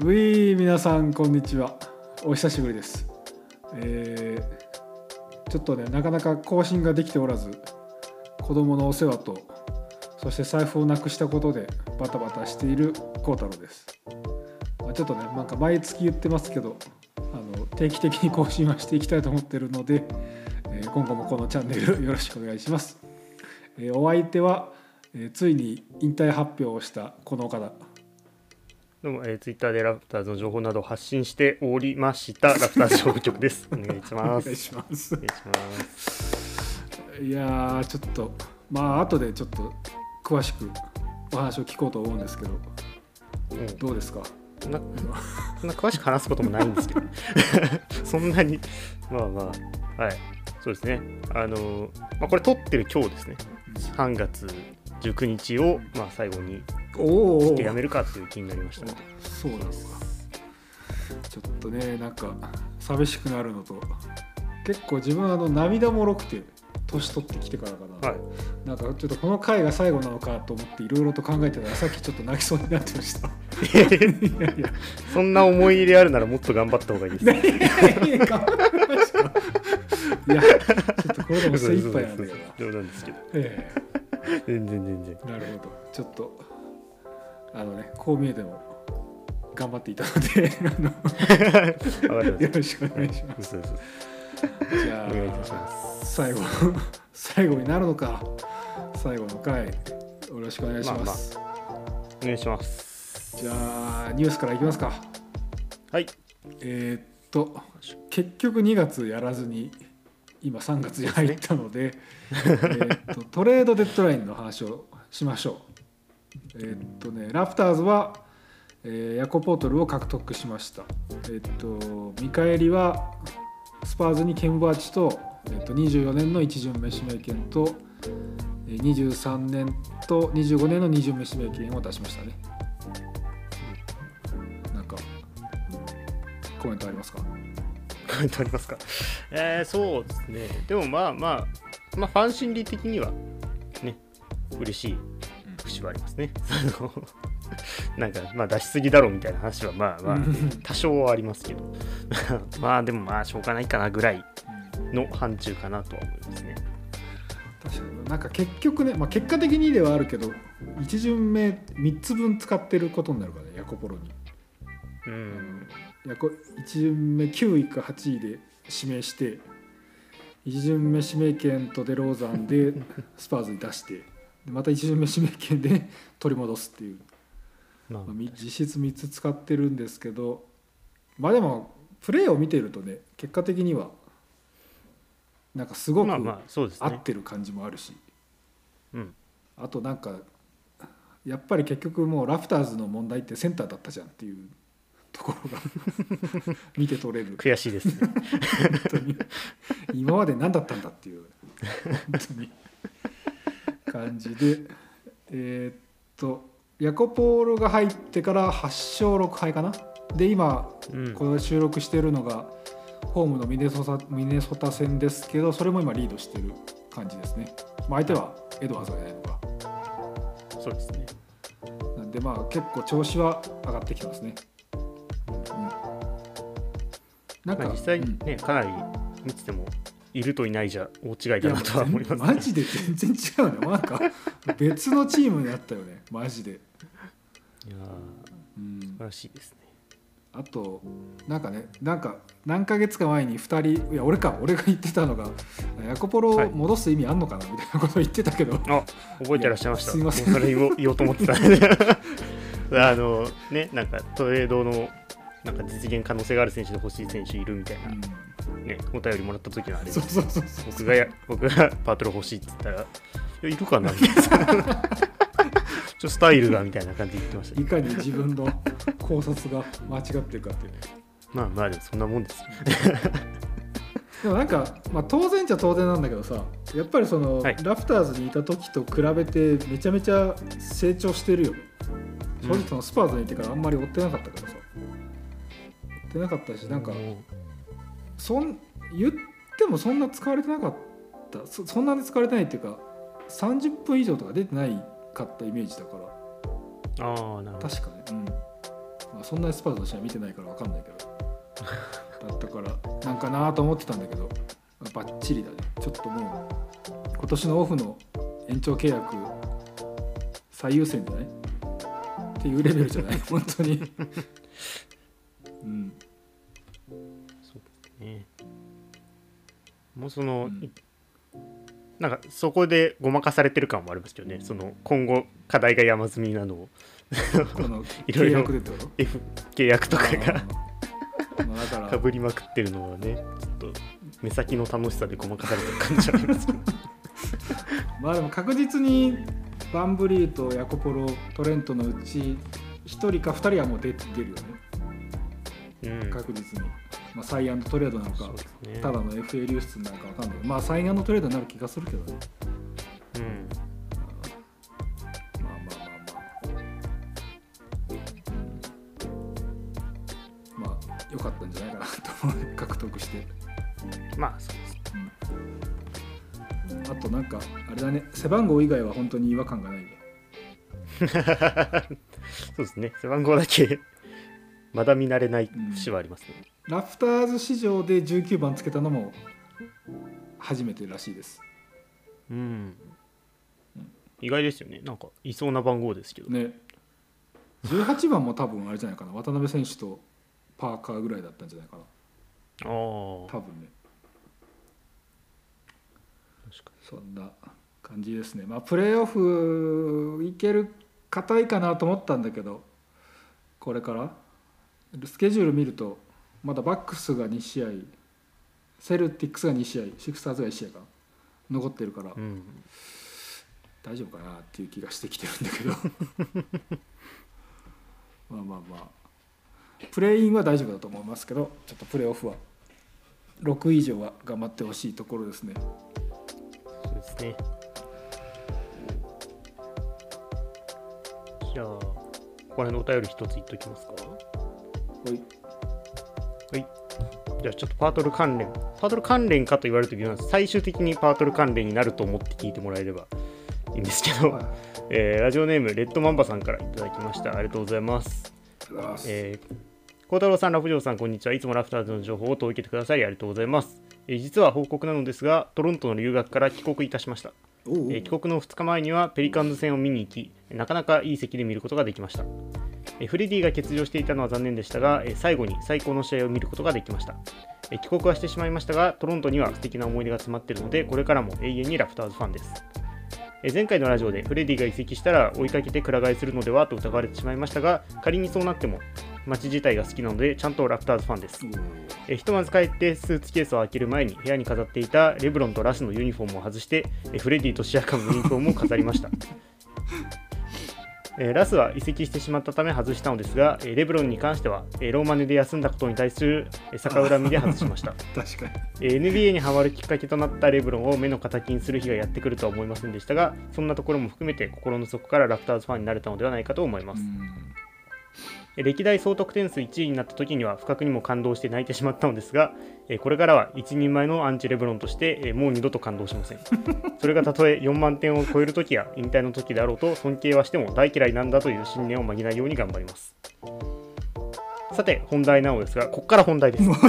皆さんこんにちは。お久しぶりです。ちょっとね、なかなか更新ができておらず、子供のお世話と、そして財布をなくしたことでバタバタしている幸太郎です。ちょっとね、なんか毎月言ってますけど、定期的に更新はしていきたいと思っているので、今後もこのチャンネルよろしくお願いします。お相手は、ついに引退発表をしたこの方。 どうも、ツイッターでラプターズの情報などを発信しておりましたラプターズ情報局です。お願いします。 お願いします。 お願いします。 いやー、ちょっと後でちょっと詳しくお話を聞こうと思うんですけど、どうですか？ そんな詳しく話すこともないんですけどそんなにはい、そうですね。これ撮ってる今日ですね、3月19日を最後にしてやめるかっていう気になりましたね。 そうなんですか。ちょっとね、なんか寂しくなるのと、結構自分は涙もろくて、年取ってきてからかな、はい、なんかちょっとこの回が最後なのかと思っていろいろと考えてたら、さっきちょっと泣きそうになってました。いやそんな思い入れあるならもっと頑張った方がいいです。 いやちょっとこれでも精一杯なんだけど。 冗談ですけど。全然。 なるほど。ちょっとこう見えても頑張っていたのでよろしくお願いします。じゃあお願いいたします。 最後になるのか、最後の回よろしくお願いします。 お願いします。 じゃあニュースからいきますか。 はい。 結局2月やらずに今3月に入ったのでトレードデッドラインの話をしましょう。ラプターズは、ヤコポートルを獲得しました。見返りはスパーズにケンバーチと、24年の1巡目指名権と23年と25年の2巡目指名権を出しましたね。なんかコメントありますか？ そうですね。でもファン心理的にはね、嬉しい節はありますね。なんか出しすぎだろみたいな話は多少はありますけどでもしょうがないかなぐらいの範疇かなとは思いますね。 確かになんか結局ね、結果的にではあるけど、1巡目3つ分使ってることになるからね、ヤコポロに。1巡目9位か8位で指名して、1巡目指名権とデローザンでスパーズに出してまた1巡目指名権で取り戻すっていう、実質3つ使ってるんですけど、でもプレーを見てるとね、結果的にはなんかすごく合ってる感じもあるし、あとなんかやっぱり結局もうラプターズの問題ってセンターだったじゃんっていうところが見て取れる。 悔しいですね本当に今まで何だったんだっていう本当に感じで、ヤコポールが入ってから8勝6敗かな。で今、これ収録しているのがホームのミネソタ戦ですけど、それも今リードしてる感じですね。相手はエドワーズがいないのか。 そうですね。 なんで結構調子は上がってきてますね。 なんか実際ね、かなり見ててもいるといないじゃ大違いだなとは思いますね。 マジで全然違うね。なんか別のチームになったよね、マジで。いや素晴らしいですね。 あとなんか何ヶ月か前に2人、俺が言ってたのが、ヤコポロを戻す意味あんのかなみたいなことを言ってたけど、 覚えてらっしゃいました。 すいません。 それ言おうと思ってたね、なんかトレードのなんか実現可能性がある選手で欲しい選手いるみたいな、お便りもらった時のあれ、僕がパートル欲しいって言ったらいるかなみたいなスタイルがみたいな感じで言ってました。 いかに自分の考察が間違ってるかっていうね。 でもそんなもんですよでもなんか、当然っちゃ当然なんだけどさ、やっぱりその、ラプターズにいた時と比べてめちゃめちゃ成長してるよ。正直そのスパーズにいてからあんまり追ってなかったからさ、追ってなかったし、なんか言ってもそんな使われてなかった、そんなに使われてないっていうか、30分以上とか出てないかったイメージだから。 なるほど。 確かね、 そんなにスパーズの試合見てないから分かんないけどだったからなんかなと思ってたんだけどバッチリだね。ちょっともう今年のオフの延長契約最優先じゃないっていうレベルじゃない本当にうん、 そうですね。もうその、なんかそこでごまかされてる感もありますけどね。その今後課題が山積みなのをこのいろいろ契約でってこと F 契約とかがだからかぶりまくってるのはね、ちょっと目先の楽しさでごまかされてる感じはありますけどまあでも確実にバンブリーとヤコポロトレントのうち1人か2人はもう出るよね、 うん、 確実に、まあ、サイアンドトレードなのか、 ね、 ただの FA 流出なのか分かんないけど、まあサイアンドトレードになる気がするけどね、 うん、 まあまあまあまあ、まあ良かったんじゃないかなと思う獲得して、 まあそうです、 あとなんかあれだね、背番号以外は本当に違和感がないねそうですね、背番号だけまだ見慣れない節はありますね、 ラプターズ史上で19番つけたのも初めてらしいです。 うん、意外ですよね。なんかいそうな番号ですけどね。18番も多分あれじゃないかな、渡辺選手とパーカーぐらいだったんじゃないかな。多分ね。 確かにそんな感じですね。まあプレーオフいける硬いかなと思ったんだけど、これからスケジュール見るとまだバックスが2試合、セルティックスが2試合、シクサーズが1試合か残ってるから、 うん、 大丈夫かなっていう気がしてきてるんだけどまあまあまあプレーインは大丈夫だと思いますけど、ちょっとプレーオフは6位以上は頑張ってほしいところですね。 そうですね。じゃあここら辺のお便り一つ言っときますか。 はいはい。じゃあちょっとパートル関連かと言われるときは最終的にパートル関連になると思って聞いてもらえればいいんですけど、はい、ラジオネームレッドマンバさんからいただきました。ありがとうございます。孝太郎さん、ラフジョーさん、こんにちは。いつもラフターズの情報を届けてくださりありがとうございます。実は報告なのですが、トロントの留学から帰国いたしました。帰国の2日前にはペリカンズ戦を見に行き、なかなかいい席で見ることができました。フレディが欠場していたのは残念でしたが、最後に最高の試合を見ることができました。帰国はしてしまいましたが、トロントには素敵な思い出が詰まっているので、これからも永遠にラフターズファンです。前回のラジオでフレディが移籍したら追いかけてくら替えするのではと疑われてしまいましたが、仮にそうなっても街自体が好きなのでちゃんとラフターズファンです。ひとまず帰ってスーツケースを開ける前に部屋に飾っていたレブロンとラスのユニフォームを外してフレディとシアカムのユニフォームを飾りました。ラスは移籍してしまったため外したのですが、レブロンに関してはローマネで休んだことに対する逆恨みで外しました。 確かに、NBA にハマるきっかけとなったレブロンを目の敵にする日がやってくるとは思いませんでしたが、そんなところも含めて心の底からラプターズファンになれたのではないかと思います。歴代総得点数1位になった時には不覚にも感動して泣いてしまったのですが、これからは一人前のアンチレブロンとしてもう二度と感動しません。それがたとえ4万点を超える時や引退の時であろうと尊敬はしても大嫌いなんだという信念を曲げないように頑張ります。さて本題なのですが、ここから本題です。マ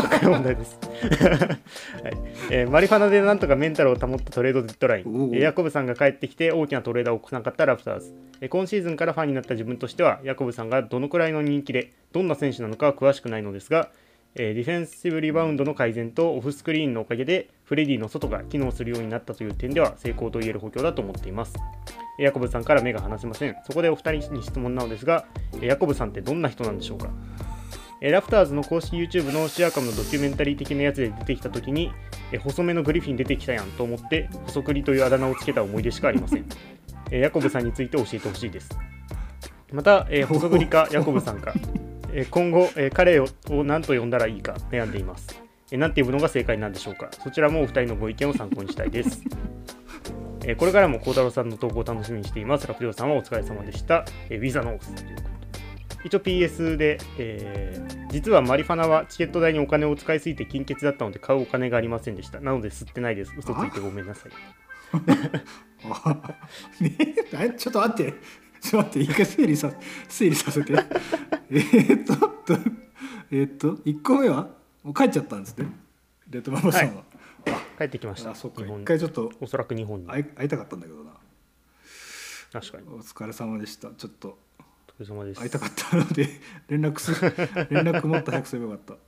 リファナでなんとかメンタルを保ったトレードデッドライン、ヤコブさんが帰ってきて大きなトレードを起こさなかったラプターズ。今シーズンからファンになった自分としては、ヤコブさんがどのくらいの人気でどんな選手なのかは詳しくないのですが、ディフェンシブリバウンドの改善とオフスクリーンのおかげでフレディの外が機能するようになったという点では成功と言える補強だと思っています。ヤコブさんから目が離せません。そこでお二人に質問なのですが、ヤコブさんってどんな人なんでしょうか。ラプターズの公式 YouTube のシアカムのドキュメンタリー的なやつで出てきたときに、細めのグリフィン出てきたやんと思って細クリというあだ名をつけた思い出しかありません。ヤコブさんについて教えてほしいです。また、細クリかヤコブさんか、今後、彼を何と呼んだらいいか悩んでいます。何て呼ぶのが正解なんでしょうか。そちらもお二人のご意見を参考にしたいです。これからも孝太郎さんの投稿を楽しみにしています。ラプジョーさんはお疲れ様でした。ウィザノースということで、一応 PS で、実はマリファナはチケット代にお金を使いすぎて金欠だったので買うお金がありませんでした。なので吸ってないです。嘘ついてごめんなさい。 ちょっと待って、 ちょっと待って、一回整理させて。1個目はもう帰っちゃったんですね、レッドママさんは。 帰ってきました。 そっか、 日本一回ちょっとおそらく日本に会いたかったんだけどな。 確かにお疲れ様でした。ちょっとお疲れ様です。 会いたかったので連絡もっと早くすればよかった。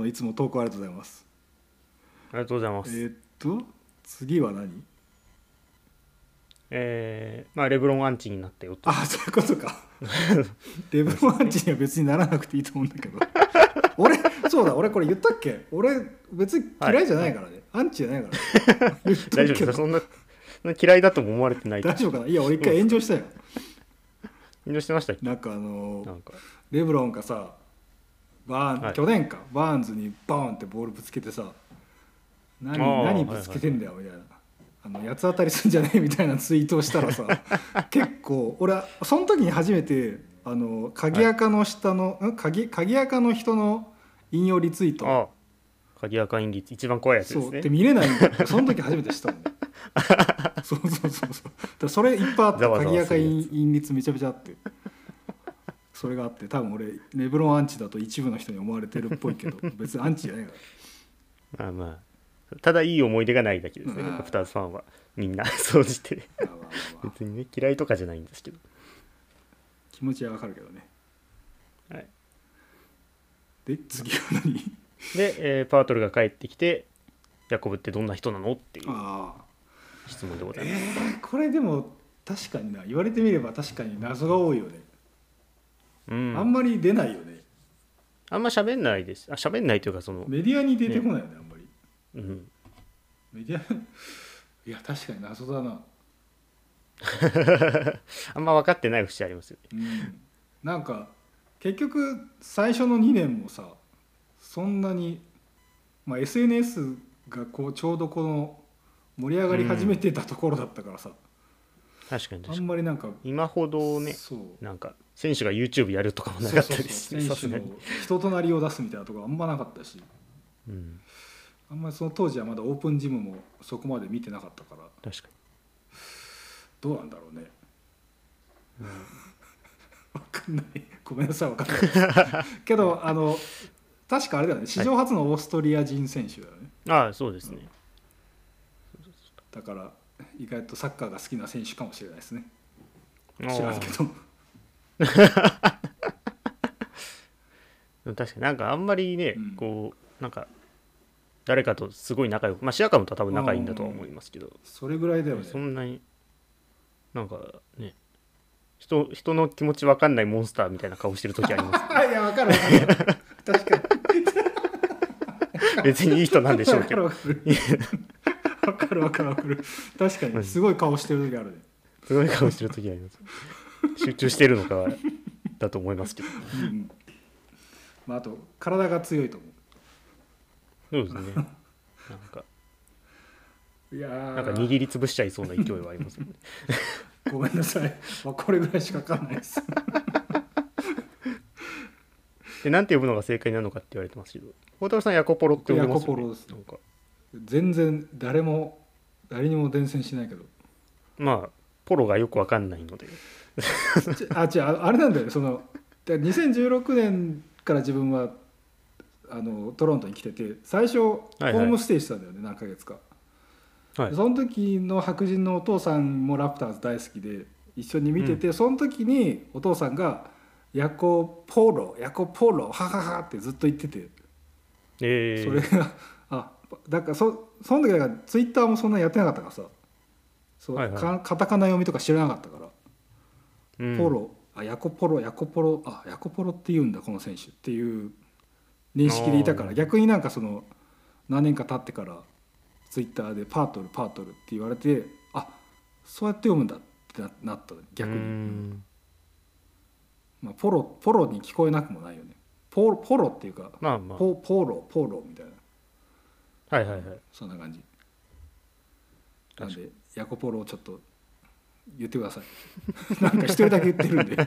いつも投稿ありがとうございます。 ありがとうございます。 次は何？ まあレブロンアンチになったよと。 あ、そういうことか。レブロンアンチには別にならなくていいと思うんだけど。俺これ言ったっけ？俺別に嫌いじゃないからね、アンチじゃないからね。 大丈夫ですか？そんな嫌いだとも思われてない。 大丈夫かな？いや俺一回炎上したよ。 炎上してましたっけ？ なんかレブロンがさ去年かバーンズにバーンってボールぶつけてさ、何ぶつけてんだよみたいな、八つ当たりすんじゃねえみたいなツイートをしたらさ結構俺はその時に初めて鍵垢の下の、鍵垢の人の引用リツイート、 鍵垢引率一番怖いやつですね。 そうって見れないんだけど、その時初めて知ったもん。そうそれいっぱいあった。鍵垢引率めちゃめちゃあって、それがあって、多分俺レブロンアンチだと一部の人に思われてるっぽいけど別にアンチじゃないかまら。 あただいい思い出がないだけですね、ラプターズファンはみんな総じて。別にね嫌いとかじゃないんですけど、 気持ちはわかるけどね。 はい。 で次は何で、パートルが帰ってきて、ヤコブってどんな人なのっていう質問でございます。 これでも確かにな、言われてみれば確かに謎が多いよね。あんまり出ないよね。 あんま喋んないです。喋んないというかメディアに出てこないよね、あんまり。メディアいや確かに謎だな。 あんま分かってない節ありますよね。 なんか結局最初の2年もさ、そんなに、SNS がちょうどこの盛り上がり始めてたところだったからさ、 確かにあんまりなんか今ほどね、なんか選手が YouTube やるとかもなかったですし、 選手の人となりを出すみたいなところあんまなかったし、あんまりその当時はまだオープンジムもそこまで見てなかったから、 確かにどうなんだろうね。分かんない、ごめんなさい、分かんないけど確かあれだよね、史上初のオーストリア人選手だよね。 そうですね。 だから意外とサッカーが好きな選手かもしれないですね。知らんけど確かになんかあんまりね、なんか誰かとすごい仲良く、シアカムとは多分仲いいんだとは思いますけど、 それぐらいだよね。 そんなになんかね、人の気持ち分かんないモンスターみたいな顔してる時あります、 いや分かる確かに別にいい人なんでしょうけど分かる確かにすごい顔してる時あるね。 すごい顔してる時あります。集中してるのかだと思いますけど、 あと体が強いと思う。 そうですね。なんか握りつぶしちゃいそうな勢いはありますよね。 ごめんなさい、これぐらいしか分かんないです。 でなんて呼ぶのが正解なのかって言われてますけど、大太郎さんヤコポロって呼んでますよね。 ヤコポロです。なんか全然誰にも伝染しないけど、 ポロがよく分かんないのであれなんだよね、2016年から自分はトロントに来てて、最初ホームステイしてたんだよね、何ヶ月か。その時の白人のお父さんもラプターズ大好きで一緒に見てて、その時にお父さんがヤコポロはははってずっと言ってて、それがだからその時だからツイッターもそんなやってなかったからさ、カタカナ読みとか知らなかったから、ポロヤコポロヤコポロって言うんだこの選手っていう認識でいたから、逆になんか何年か経ってからツイッターでパートルって言われて、そうやって読むんだってなった。逆にポロに聞こえなくもないよね。ポロっていうか、ポロみたいな、そんな感じなんで、ヤコポロをちょっと言ってください。なんか一人だけ言ってるんで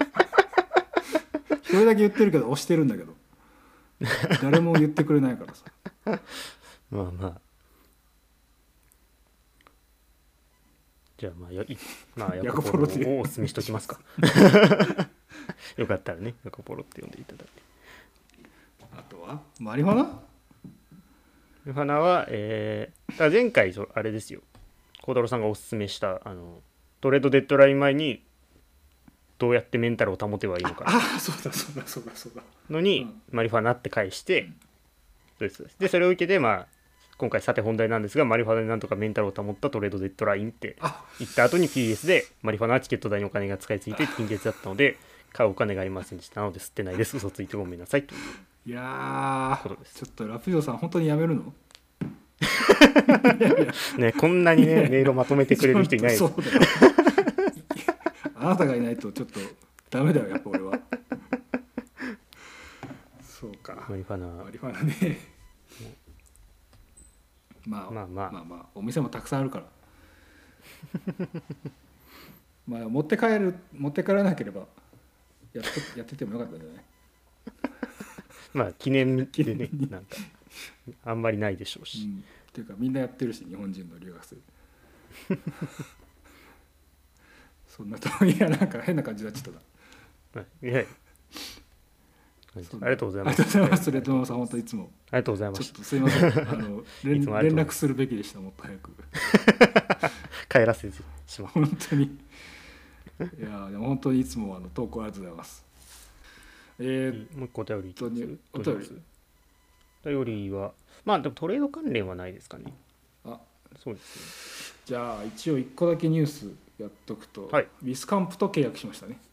一人だけ言ってるけど押してるんだけど誰も言ってくれないからさじゃあまあヤコポロってをおすすめしときますかよかったらねヤコポロって呼んでいただいて。 あとはマリファナ。 マリファナは、だから前回あれですよ、孝太郎さんがおすすめしたトレードデッドライン前にどうやってメンタルを保てばいいのかそうだのに、マリファナって返して、そうですでそれを受けて、今回さて本題なんですが、マリファナでなんとかメンタルを保ったトレードデッドラインって言った後に PS でマリファナはチケット代にお金が使いすぎて金欠だったので買うお金がありませんでしたので吸ってないです、嘘ついてごめんなさいといういやことです。 ちょっとラプジョーさん本当にやめるのね、こんなにねメールをまとめてくれる人いないです。 そうだよあなたがいないとちょっとダメだよやっぱ俺は。そうかマリファナねまあお店もたくさんあるから持って帰らなければやっててもよかったんじゃない記念でねなんかあんまりないでしょうし、 っていうかみんなやってるし日本人の留学生そんなといやなんか変な感じだっちゃったな。 いやありがとうございます。 レッドマンさん本当いつもありがとうございます。 ちょっとすいません連絡するべきでした、もっと早く帰らせてしまう。 本当にいやでも本当にいつも投稿ありがとうございます。 もう一個お便りはでもトレード関連はないですかね。そうですね。じゃあ一応1個だけニュースやっとくと、ウィスカンプと契約しましたね。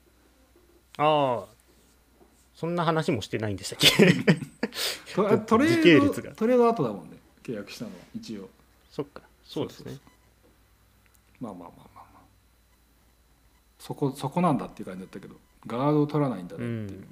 そんな話もしてないんでしたっけトレード後だもんね契約したのは一応。 そっかそうですね。 そこなんだっていう感じだったけどガードを取らないんだねっていう、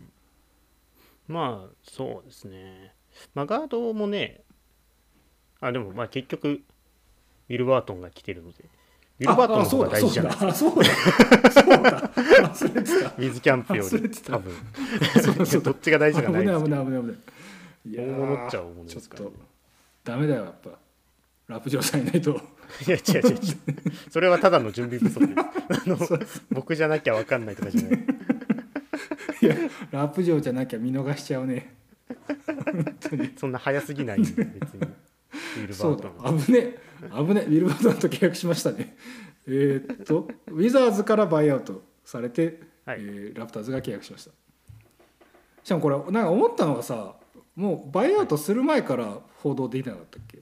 そうですね。ガードもねでも結局ウィル・バートンが来てるのでウィル・バートンの方が大事じゃないですか。 そうだ忘れてた。 ウィズキャンプより多分どっちが大事じゃないですか。 危ない。 大物っちゃ大物ですから、ね、 ちょっとダメだよやっぱラプジョーさんいないと。 いや違うそれはただの準備不足です僕じゃなきゃ分かんないとかじゃない。 いやラプジョーじゃなきゃ見逃しちゃうね本当に。 そんな早すぎないんで別にウィル・バートン。 危ねウィル・バートンと契約しましたね。ウィザーズからバイアウトされて、ラプターズが契約しました。しかもこれなんか思ったのがさ、もうバイアウトする前から報道できなかったっけ。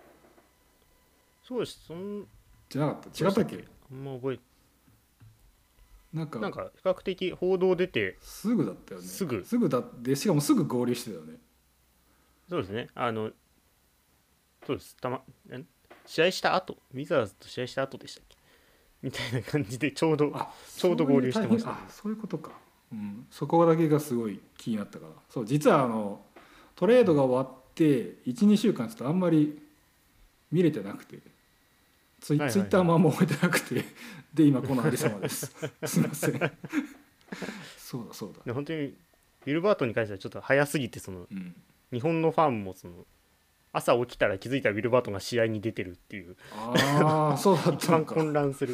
そうですじゃなかった違ったっけ。 もう覚えなんか比較的報道出てすぐだったよね。 すぐだってしかもすぐ合流してたよね。 そうですね。そうです試合した後ウィザーズと試合した後でしたっけみたいな感じでちょうど合流してました、ね。 そういうことか、そこだけがすごい気になったから。そう実はトレードが終わって 1,2 週間ちょっとあんまり見れてなくてツイッターもあんま覚えてなくてで今このありさまですすいませんそうだ本当にウィル・バートンに関してはちょっと早すぎて日本のファンも朝起きたら気づいたらウィル・バートンが試合に出てるっていうそうだったのか一番混乱する、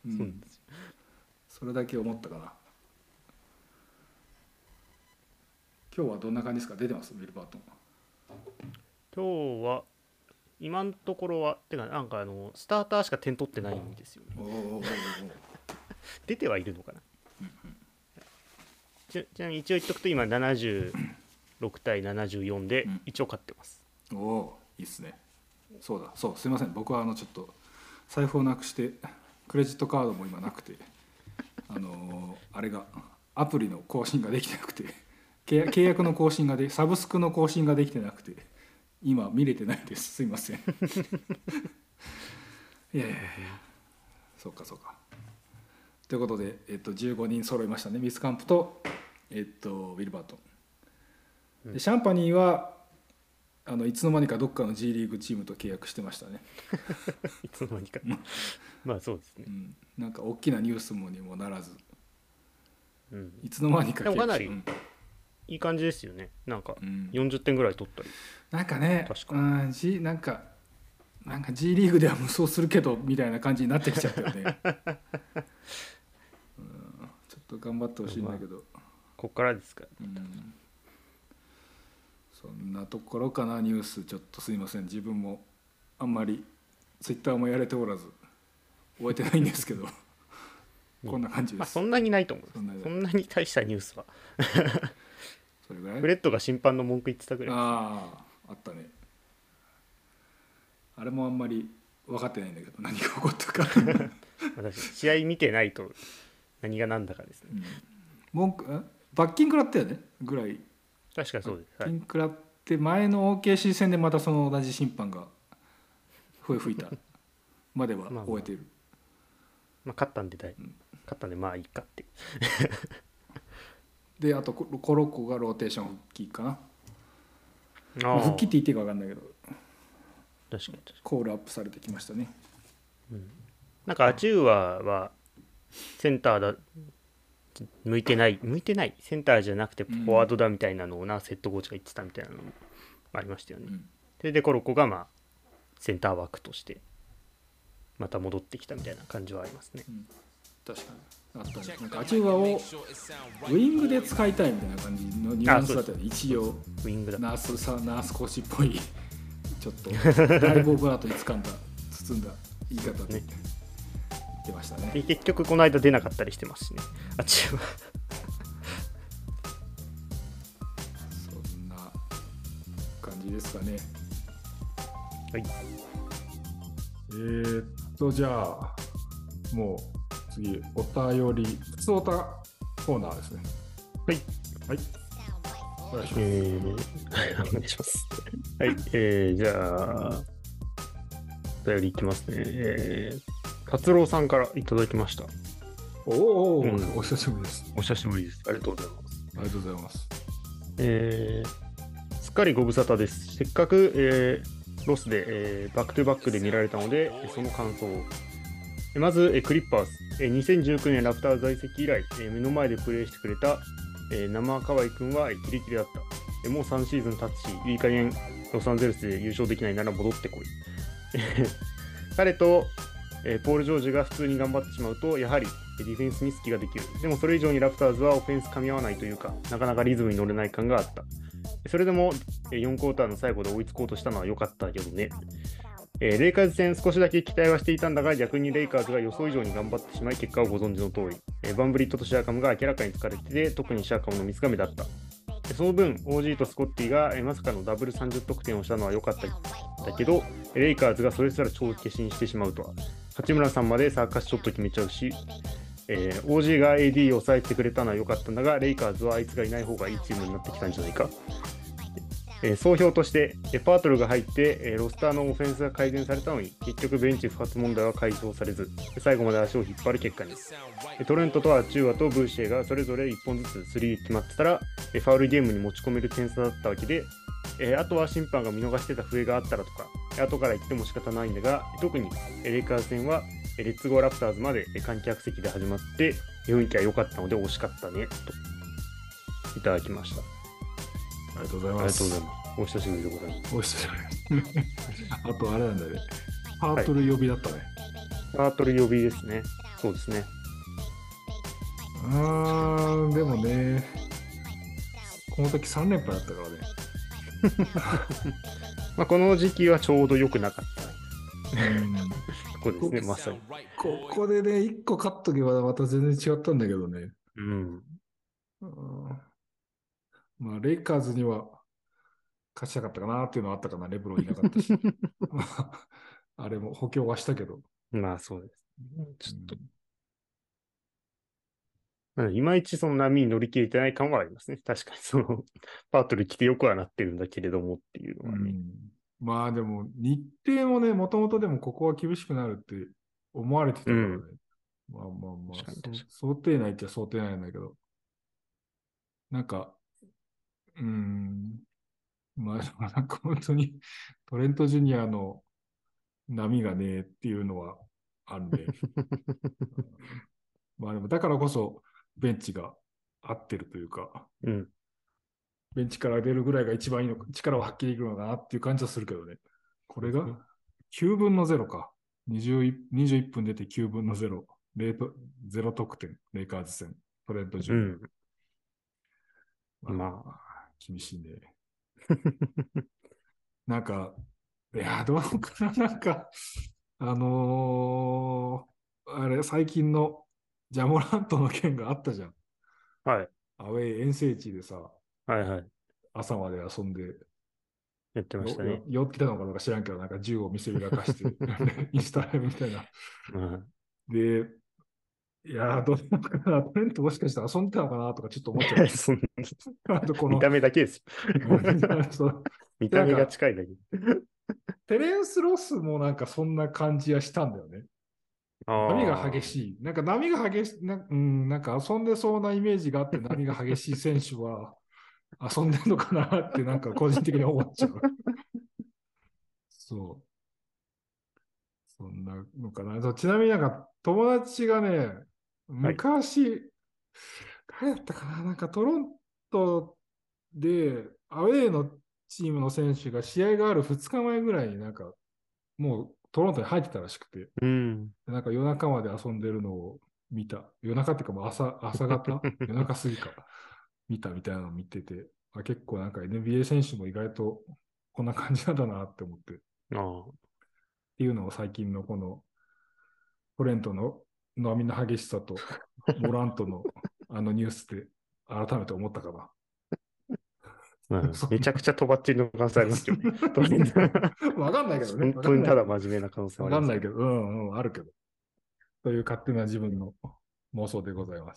それだけ思ったかな。今日はどんな感じですか。出てますウィル・バートンは。 今日は今のところはなんかスターターしか点取ってないんですよ、ね、出てはいるのかな、ちなみに一応言っとくと今76対74で一応勝ってます、 いいっすね。そうすいません僕はちょっと財布をなくしてクレジットカードも今なくてあれがアプリの更新ができてなくて契約の更新がサブスクの更新ができてなくて今見れてないです。すいませんいやそうかということで、15人揃いましたね。ウィスカンプと、ウィル・バートンでシャンパニーはいつの間にかどっかの G リーグチームと契約してましたねいつの間にかそうですね、 なんか大きなニュースにもならず、いつの間にか契約して。 でもかなりいい感じですよね。なんか40点ぐらい取ったり、 なんかね確かなんかなんか G リーグでは無双するけどみたいな感じになってきちゃったよね。ちょっと頑張ってほしいんだけど、 こっからですか。 そんなところかな。ニュースちょっとすいません、自分もあんまりツイッターもやれておらず覚えてないんですけどこんな感じです。 そんなにないと思う。そんなに大したニュースはそれぐらい。 フレッドが審判の文句言ってたぐらい。 あったね。あれもあんまり分かってないんだけど何が起こったか私試合見てないと何が何だかですね、 罰金食らったよねぐらい。 確かそうです。 罰金食らって前の OKC 戦でまたその同じ審判が笛吹いたまでは終えている。 勝ったんでまあいいかってであとコロコがローテーション復帰かな。復帰って言っていいか分かんないけど確かにコールアップされてきましたね。 なんかアチューワはセンターだ向いてないセンターじゃなくてフォワードだみたいなのをセットコーチが言ってたみたいなのもありましたよね。でコロコがセンターワークとしてまた戻ってきたみたいな感じはありますね。 確かにあったね。なんかアチューワをウイングで使いたいみたいな感じのニュアンスだったよね。一応ウイングだナースコーチっぽいちょっとだいぶオブラートに包んだ言い方で言ってましたね。 で結局この間出なかったりしてますしね、あっちはそんな感じですかね。 はい。 じゃあもう次お便り普通おたコーナーですね。 はいはいお願いします。はい、じゃあお便りいきますね。達郎さんからいただきました。 お久しぶりです。 お久しぶりです。ありがとうございます。 ありがとうございます。 すっかりご無沙汰です。せっかく、ロスで、バックトゥバックで見られたので、その感想を。まず、クリッパーズ。2019年ラプター在籍以来、目の前でプレーしてくれた、生河合君はキレキレだった。もう3シーズン経つし、いい加減ロサンゼルスで優勝できないなら戻ってこい。彼と、ポール・ジョージが普通に頑張ってしまうと、やはりディフェンスに隙ができる。でもそれ以上にラプターズはオフェンス噛み合わないというか、なかなかリズムに乗れない感があった。それでも4クォーターの最後で追いつこうとしたのは良かったけどね。レイカーズ戦少しだけ期待はしていたんだが、逆にレイカーズが予想以上に頑張ってしまい、結果をご存知の通り、バンブリットとシャーカムが明らかに疲れてて、特にシャーカムのミスが目立った。その分、OG とスコッティがまさかのダブル30得点をしたのは良かったんだけど、レイカーズがそれすら帳消しにしてしまうとは。八村さんまでサーカスショット決めちゃうし、OG が AD を抑えてくれたのは良かったんだが、レイカーズはあいつがいない方がいいチームになってきたんじゃないか。総評としてパートルが入ってロスターのオフェンスが改善されたのに結局ベンチ不発問題は解消されず最後まで足を引っ張る結果に。トレントとアチューアとブーシェがそれぞれ1本ずつ3決まってたらファウルゲームに持ち込める点差だったわけで、あとは審判が見逃してた笛があったらとか後から言っても仕方ないんだが、特にレイカーズ戦はレッツゴーラプターズまで観客席で始まって雰囲気は良かったので惜しかったねといただきました。 ありがとうございます。 お久しぶりでございます。 お久しぶりあとあれなんだね。パートル呼びだったね。 パートル呼びですね。そうですね。 でもね、この時3連敗だったからね。 この時期はちょうど良くなかった。ここですね、まさに。 ここでね、1個勝っとけばまた全然違ったんだけどね。レイカーズには勝ちたかったかなっていうのはあったかな。レブロンいなかったし。あれも補強はしたけど。 そうです。ちょっと。いまいちその波に乗り切れてない感はありますね。確かにパートル来てよくはなってるんだけれどもっていうのはね。 でも日程もね、もともとでもここは厳しくなるって思われてたからね。想定内っちゃ想定内なんだけど。なんか、なんか本当にトレントジュニアの波がねっていうのはあるんで。でもだからこそベンチが合ってるというか、ベンチから出るぐらいが一番いいのか、力を発揮できるのかなっていう感じはするけどね。これが 9分の0か。21分出て9分の0。0得点、レイカーズ戦。トレント・ジュニア。 まあ。 厳しいね。なんか、いや、どうかな、なんか、あれ、最近のジャモラントの件があったじゃん。 はい。 アウェイ遠征地でさ、 はいはい。 朝まで遊んで、 やってましたね。 酔ってたのかどうか知らんけど、なんか銃を見せびらかして、インスタライブみたいな。 うん。 で、いやー、どうなのかな、トレントもしかしたら遊んでたのかなとかちょっと思っちゃった。 そんあとこの、 見た目だけですよ。 そう見た目がでなんか、 近いだけ。 テレンス・ロスもなんかそんな感じはしたんだよね。波がああ。 激しい。なんか波が激しい、なんか遊んでそうなイメージがあって波が激しい選手は遊んでるのかなってなんか個人的に思っちゃう。そう。そんなのかな。ちなみになんか友達がね、 はい。 昔、誰だったかな、なんかトロントでアウェーのチームの選手が試合がある2日前ぐらいになんかもうトロントに入ってたらしくて、 うん。 なんか夜中まで遊んでるのを見た。夜中っていうかもう朝方夜中過ぎか。見たみたいなのを見てて、結構なんか NBA 選手も意外とこんな感じなんだなって思って、っああ。 ていうのを最近のこのトレントの波の激しさとモラントのあのニュースで改めて思ったかな。 うん、 そんなめちゃくちゃとばっちりの可能性ありますけどね。とりあえずわかんないけどね。 本当にただ真面目な可能性もありますけど。 わかんないけど、うんうん、あるけど。という勝手な自分の妄想でございます。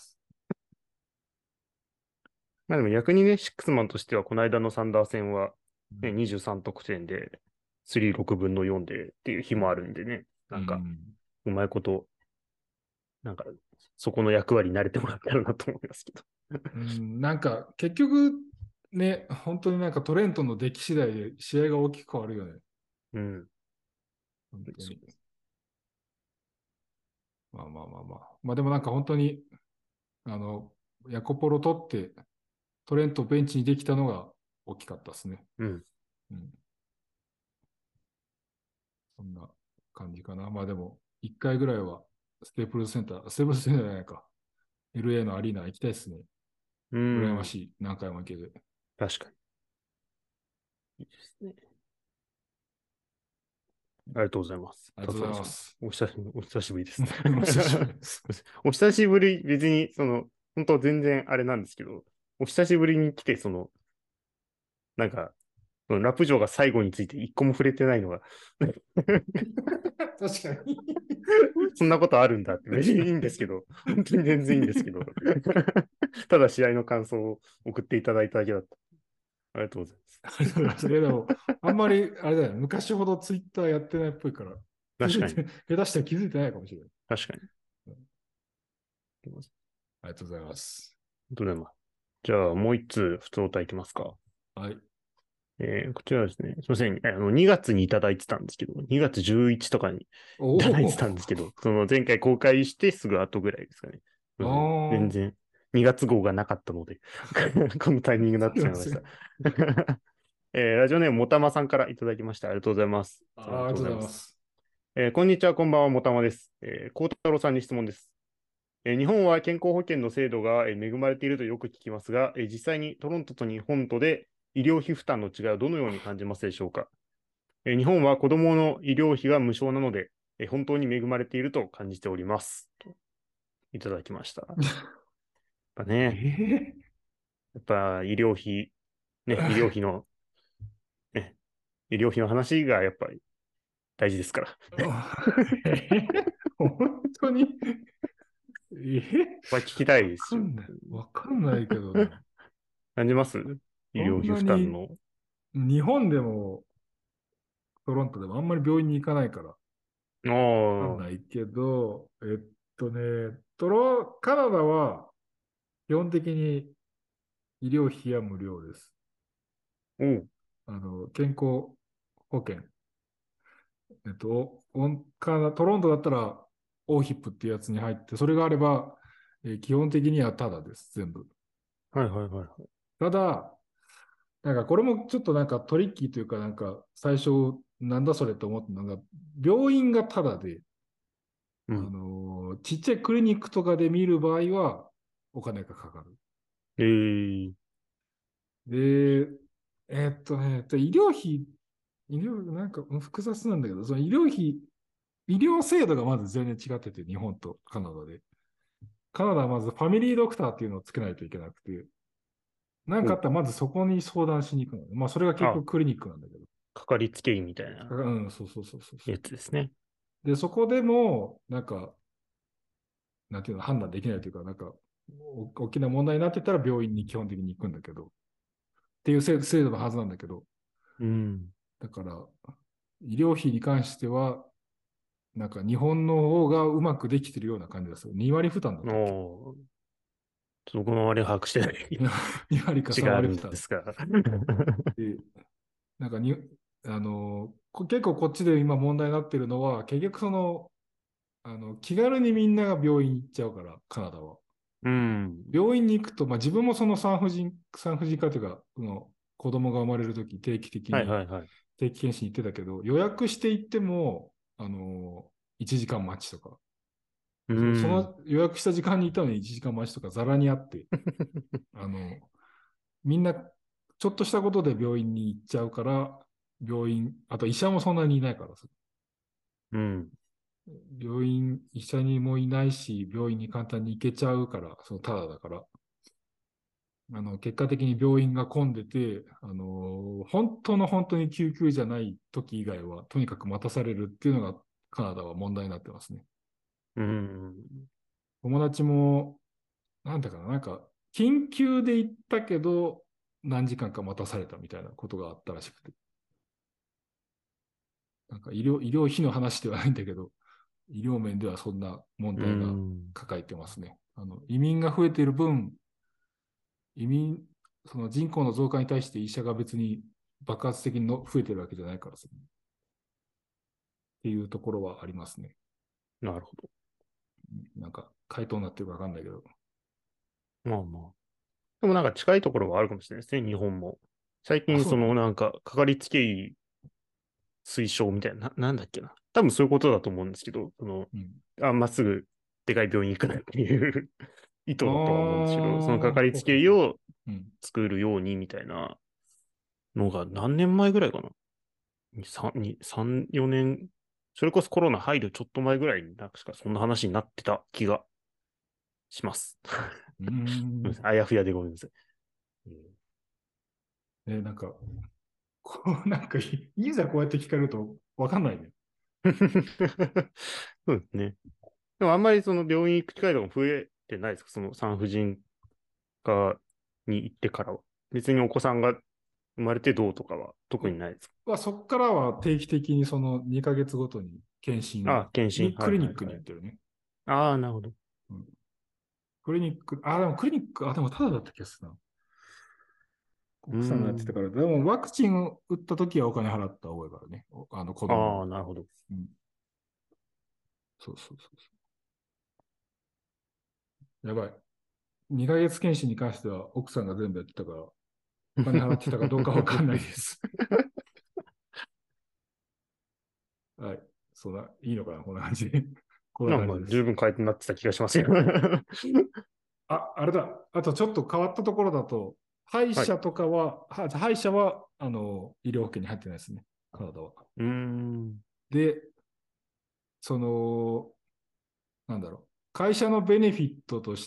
まあでも逆にね、シックスマンとしては、この間のサンダー戦は、ね、 うん。 23得点で、3、6分の4でっていう日もあるんでね、 うなんか、 ん。 うまいこと、なんか、そこの役割に慣れてもらったらなと思いますけど。 うん、なんか結局ね、本当になんかトレントの出来次第で試合が大きく変わるよね。 うん。 本当に。 そうです。 まあまあまあまあ。まあでもなんか本当に、あの、ヤコポロ取ってトレントベンチにできたのが大きかったですね。 うん。 うん。そんな感じかな。まあでも、一回ぐらいはステープルズセンターじゃないか。LA のアリーナ行きたいですね。 うん。 羨ましい。何回も行けて。 確かに。いいですね。ありがとうございます。 ありがとうご達也さん。 ざいます。 お久しぶりです。 お久しぶりです。 お久しぶり、別に、本当全然あれなんですけど、お久しぶりに来て、なんか、そのラプジョーが最後について一個も触れてないのが確かに。 そんなことあるんだって別にいいんですけど、本当に全然いいんですけど、ただ試合の感想を送っていただいただけだった。ありがとうございます。 ありがとうございます。いやでも、あんまり、あれだよね、昔ほどツイッターやってないっぽいから、気づ確かに、 いて、下手したら気づいてないかもしれない。 確かに。 ありがとうございます。 どれも。じゃあ、もう一通、普通歌いきますか。 はい。 こちらですね。すみません。2月にいただいてたんですけど、2月11とかにいおただいてお、 たんですけど、その前回公開してすぐ後ぐらいですかね。すあみません。全あ、 然2月号がなかったのでこのタイミングになっすてしまいました。 いません。 ラジオネームもたまさんからいただきました。ありがとうございます。いつもありがありがとうとうございます。 ございます。 こんにちは、こんばんは、もたまです。孝太郎さんに質問です。日本は健康保険の制度が恵まれているとよく聞きますが、実際にトロントと日本とで医療費負担の違いをどのように感じますでしょうか。日本は子どもの医療費が無償なので、本当に恵まれていると感じております。といただきました。やっぱね、 ええやっぱ医療費、ね、ね、医療費の話がやっぱり大事ですから。 本当にえまあ聞きたいわですよ。 かんない。わかんないけどな。 感じます医そん療費なに負担の。 日本でもトロントでもあんまり病院に行かないからわあかんあ、 ないけど、カナダは基本的に医療費は無料です。 おう、 健康保険。えっと、オンカナトロントだったら OHIP っていうやつに入って、それがあれば、基本的にはタダです、全部。 はいはいはい。 ただ、なんかこれもちょっとなんかトリッキーというか、なんか最初なんだそれと思ったのが、病院がタダで、 うん。 ちっちゃいクリニックとかで見る場合はお金がかかる。 えー、 で、医療費、なんか複雑なんだけど、その医療費、医療制度がまず全然違ってて、日本とカナダで。カナダはまずファミリードクターっていうのをつけないといけなくて、なんかあお、 ったらまずそこに相談しに行くの。まあ、それが結あ、 局クリニックなんだけど。 かかりつけ医みたいなうん、そうそうそうそうそやう。 つですね。 で、そこでも、なんか、なんていうの、判断できないというか、なんか、大きな問題になってたら病院に基本的に行くんだけど、っていう制度のはずなんだけど、 うん。 だから、医療費に関しては、なんか日本の方がうまくできてるような感じですよ。2割負担だったっけ？ おー、そこのあれ把握してない。 2 割か3 違ある割負担んですが。 で、なんか結構こっちで今問題になってるのは、結局気軽にみんなが病院に行っちゃうから、カナダは。 うん。 病院に行くと、まあ自分もその産婦人科というか、子供が生まれるとき定期的にはいはいはい。 定期検診行ってたけど、予約して行っても、1時間待ちとか、 うそん。 の予約した時間に行ったのに1時間待ちとかざらにあって、あの、みんなちょっとしたことで病院に行っちゃうから、あと医者もそんなにいないからさ、 うん。 医者にもいないし、病院に簡単に行けちゃうから、ただだから、結果的に病院が混んでて、本当に救急じゃない時以外は、とにかく待たされるっていうのが、カナダは問題になってますね。 うん。 友達も、なんだかな、なんか、緊急で行ったけど、何時間か待たされたみたいなことがあったらしくて、なんか医療費の話ではないんだけど、医療面ではそんな問う題がん。 抱えてますね。移民が増えている分、移民、その人口の増加に対して医者が別に爆発的に増えてるわけじゃないからさ、っていうところはありますね。 なるほど。 なんか、回答になってるかわかんないけど。 まあまあ。でもなんか近いところはあるかもしれないですね、日本も。最あ、 近そそうなの？ のなんか、かかりつけ医推奨みたいな、なんだっけな。多分そういうことだと思うんですけど、 うん。 まっすぐでかい病院行くなっていう意あ図だとは思うんですけど、そのかかあ、 りつほほほ。 け医をうん。 作るようにみたいなのが何年前ぐらいかな。3、4年、それこそコロナ入るちょっと前ぐらいに確かそんな話になってた気がします。 うーん。 あやふやでごめんなさい。 なんか、なんかいざこうやって聞かれるとわかんないね。 そうですね。でもあんまりその病院行く機会とかも増えてないですか？その産婦人科に行ってからは。別にお子さんが生まれてどうとかは特にないですか？ そっからは定期的にその2ヶ月ごとに検診検診。 に、 はクリニックにいはいはい。 行ってるね。 ああ、なるほど。 うん、クリニック、でもクリニック、でもただだった気がするな。 うー奥さんがやってたん。 から、でもワクチンを打った時はお金払った覚えがあるね。子供ああ、 の。 なるほど。 うん、そうそうそうそう。やばい。2ヶ月検診に関しては奥さんが全部やってたから、お金払ってたかどうかわかんないです。はい。いいのかな、こんな感じで。こんなまあまあ、 感じです。 十分回答になってた気がしますよ。 あれだ。あとちょっと変わったところだと、 はい。 歯医者は、医療保険に入ってないですね。カナダは。 うーん。 で、その、なんだろう。会社のベネフィットとして、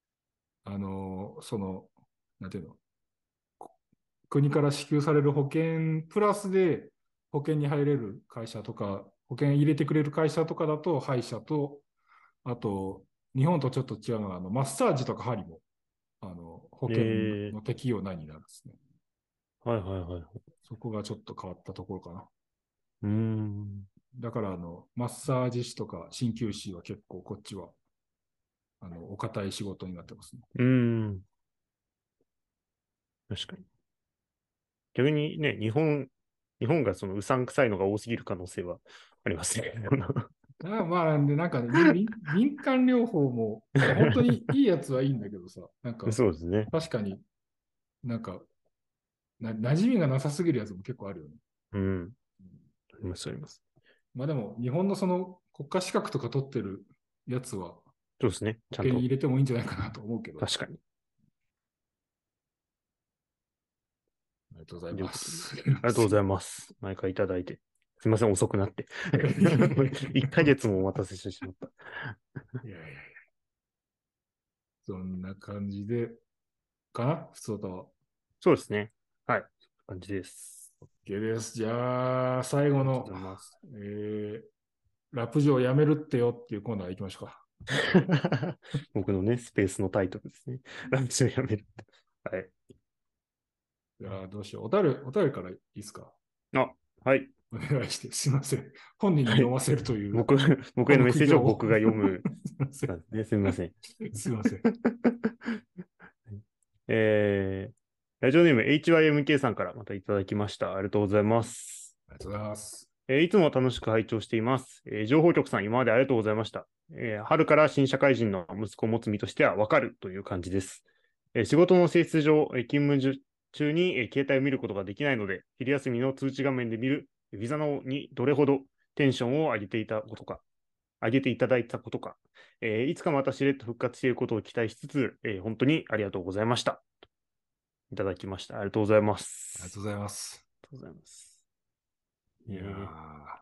なんていうの、国から支給される保険プラスで保険に入れる会社とか、保険入れてくれる会社とかだと、歯医者と、あと、日本とちょっと違うのは、マッサージとか針も、保険えの適用内になるんですね。 はいはいはい。 そこがちょっと変わったところかな。 うーん。 だから、マッサージ師とか鍼灸師は結構こっちは、お堅い仕事になってますね。 うーん。確かに。逆にね、日本がそのうさんくさいのが多すぎる可能性はありますね。 で、なんかね、民間療法も、なんか本当にいいやつはいいんだけどさ、なんか、 そうですね。 確かになんか、馴染みがなさすぎるやつも結構あるよね。 うん。 ります、あります。 まあでも、日本のその国家資格とか取ってるやつは、 そうですね。ちゃんと、 保険に入れてもいいんじゃないかなと思うけど。 確かに。 ありがとうございということで、 ます。 ありがとうございます。毎回いただいて。すみません、遅くなって。1ヶ月もお待たせしてしまった。 いやいやいや。そんな感じで、かな普通とは。 そうですね。はい。感じです。 OK です。じゃあ、最後ありがとうの、 ございます。 ラップ上やめるってよっていうコーナー行きましょうか。 僕のね、スペースのタイトルですね。ランチをやめる。はい。 じゃあ、どうしよう。お便りからいいですか？ あ、はい。 お願いして、すいません。本人にはい。 読ませるという、 僕へのメッセージを僕が読む。 すいません。 すみません。 すいません。 えー、ラジオネーム HYMK さんからまたいただきました。ありがとうございます。 ありがとうございます。 いつも楽しく拝聴しています。情報局さん、今までありがとうございました。春から新社会人の息子を持つ身としては分かるという感じです。仕事の性質上、勤務中に携帯を見ることができないので、昼休みの通知画面で見るビザのにどれほどテンションを上げていたことか、上げていただいたことか、いつかまたしれっと復活していることを期待しつつ、本当にありがとうございました。いただきました。ありがとうございまありがとす。 うございます。 ありがとうございます。 いやー、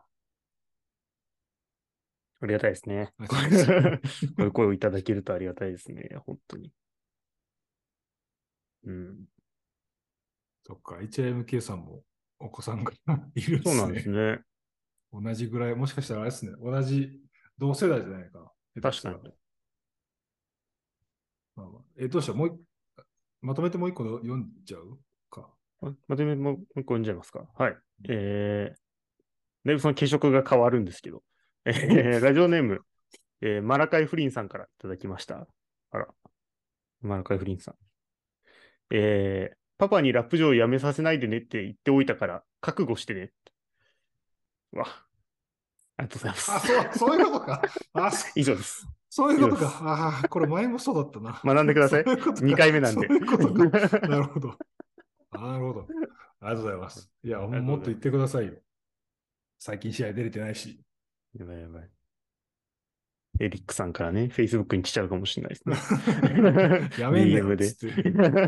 ありがたいですね。 ありこがとうございます。 ういう声をいただけるとありがたいですね。本当に。うん。 そっか、HMK さんもお子さんがいるんでそうなんですすね。 ね。 同じぐらい、もしかしたらあれですね。同じ同世代じゃないか。下手したら。 確かに。 まあまあ、どうしよう。まとめてもう一個読んじゃうか。 まとめもう一個読んじゃいますか。はい。だいぶその軽食が変わるんですけど。ラジオネーム、マラカイフリンさんからいただきました。あら、マラカイフリンさん。パパにラップ上やめさせないでねって言っておいたから、覚悟してね。うわ、ありがとうございまあ、 す。 そういうことか。 以上です。 そういうことか。 以上です。 これ前もそうだったな。 学んでください。 そういうことか。 2回目なんで。 そういうことか。なるほど。なるほど。ありがとうございます。いや、 ありがとうもっと言ってございます。 くださいよ。最近試合出れてないし。 やばいやばい。エリックさんからね、Facebook に来ちゃうかもしれないですね。 やめんなよ、 DM で。 つって。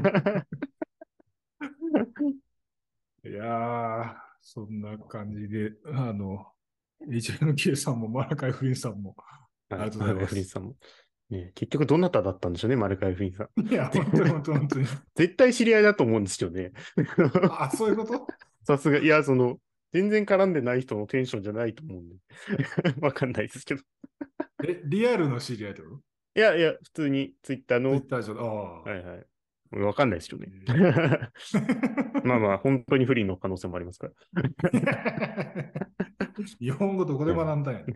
いやー、そんな感じで、HMK さんもマラカイフリンさんも、あはい。 りがとうごマルカイざいます。 フリンさんも。ね、結局どなただったんでしょうね、マルカイフリンさん。 いや、本当に本当に本当に。 絶対知り合いだと思うんですよね。 あ、そういうこと？ さすが、いや、全然絡んでない人のテンションじゃないと思うんで。わかんないですけど。 リアルの知り合いってこいやいや、普通にツイッターと？ツイの、 ッター上で、 はいはい。わかんないですよね。まあまあ、 ー。 本当に不利の可能性もありますから。 日本語どこで学んだんや。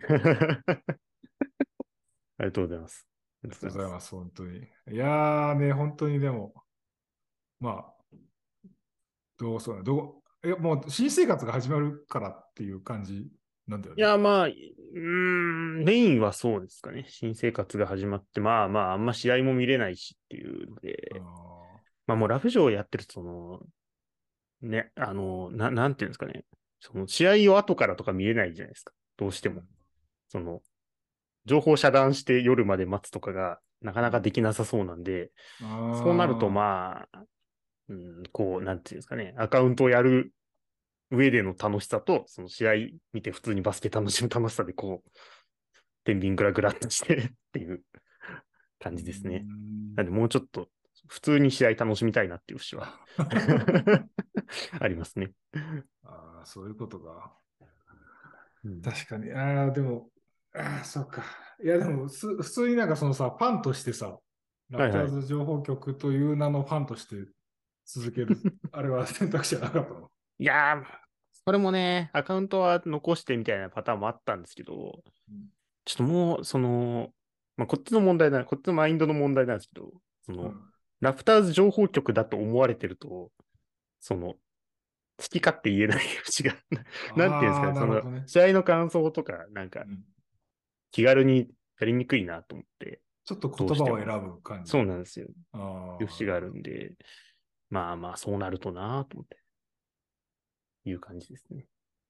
ありがとうございます。あありがりがとうございます。 とうございます、本当に。いやーね、本当にでも、まあ、そうね、もう新生活が始まるからっていう感じなんだよね。 いや、まあ、メインはそうですかね。新生活が始まって、まあまあ、あんま試合も見れないしっていうのあで、 ーまあもうラフ上やってると、ね、なんていうんですかね。その試合を後からとか見れないじゃないですか。どうしても。その、情報遮断して夜まで待つとかがなかなかできなさそうなんで、そうなるとあまあ、こう、なんていうんですかね。アカウントをやる上での楽しさと、その試合見て普通にバスケ楽しむ楽しさでこう、天秤グラグラっとしてっていうー、 感じですね。 ん。 なんでもうちょっと普通に試合楽しみたいなっていう節はありますね。 そういうことか。 うん、 確かに。でも、そうか。いや、でも、普通になんかそのさ、ファンとしてさ、ラプターはいはい。 ズ情報局という名のファンとして続ける、あれは選択肢はなかったの？ いやー、それもね、アカウントは残してみたいなパターンもあったんですけど、 うんちょっともう、まあ、こっちの問題な、こっちのマインドの問題なんですけど、 うんラプターズ情報局だと思われてると、その、好き勝手言えない節がなんていうんですかね、 なるほどね。 試合の感想とか、なんか、 うん、 気軽にやりにくいなと思って、 ちょっとどうしても。 言葉を選ぶ感じ。 そうなんですよ。いう節があなるほど。 るんで、まあまあ、そうなるとなと思って、いう感じですね。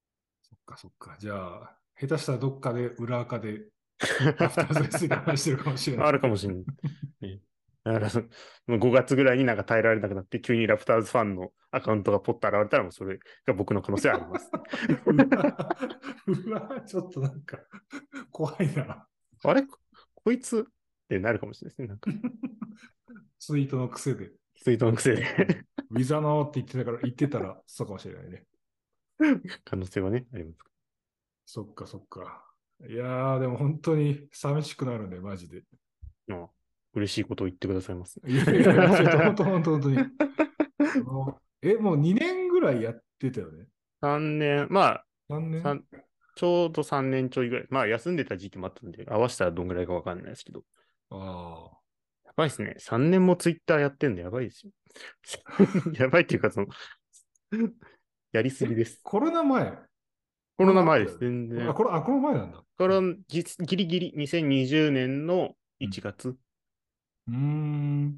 そっかそっか。じゃあ、下手したらどっかで裏垢でラフターズについて話してるかもしれない。 あるかもしれない。ね、だから5月ぐらいになんか耐えられなくなって、急にラプターズファンのアカウントがポッと現れたら、もうそれが僕の可能性はあります。 うわ、ちょっとなんか怖いな。 あれこいつってなるかもしれないですね。なんか、 ツイートの癖で。 ツイートの癖でウィザノーって言ってたらそうかもしれないね。 可能性はね、あります。 そっかそっか。いやー、でも本当に寂しくなるね、マジで。 ああ、嬉しいことを言ってくださいます。 いやいや、ちょっと本当本当本当に。もう2年ぐらいやってたよね。 3年、まあ、 3年三ちょうど3年ちょいぐらい。まあ、休んでた時期もあったんで、合わせたらどんぐらいかわかんないですけど。 ああ。 やばいですね。3年もツイッターやってんのやばいですよ。やばいっていうか、やりすぎです。 コロナ前。 ココロロナ前です。 ナ後だよね。 全然。 この前なんだ。 ギリギリ2020年の1月うん。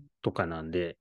とかなんで、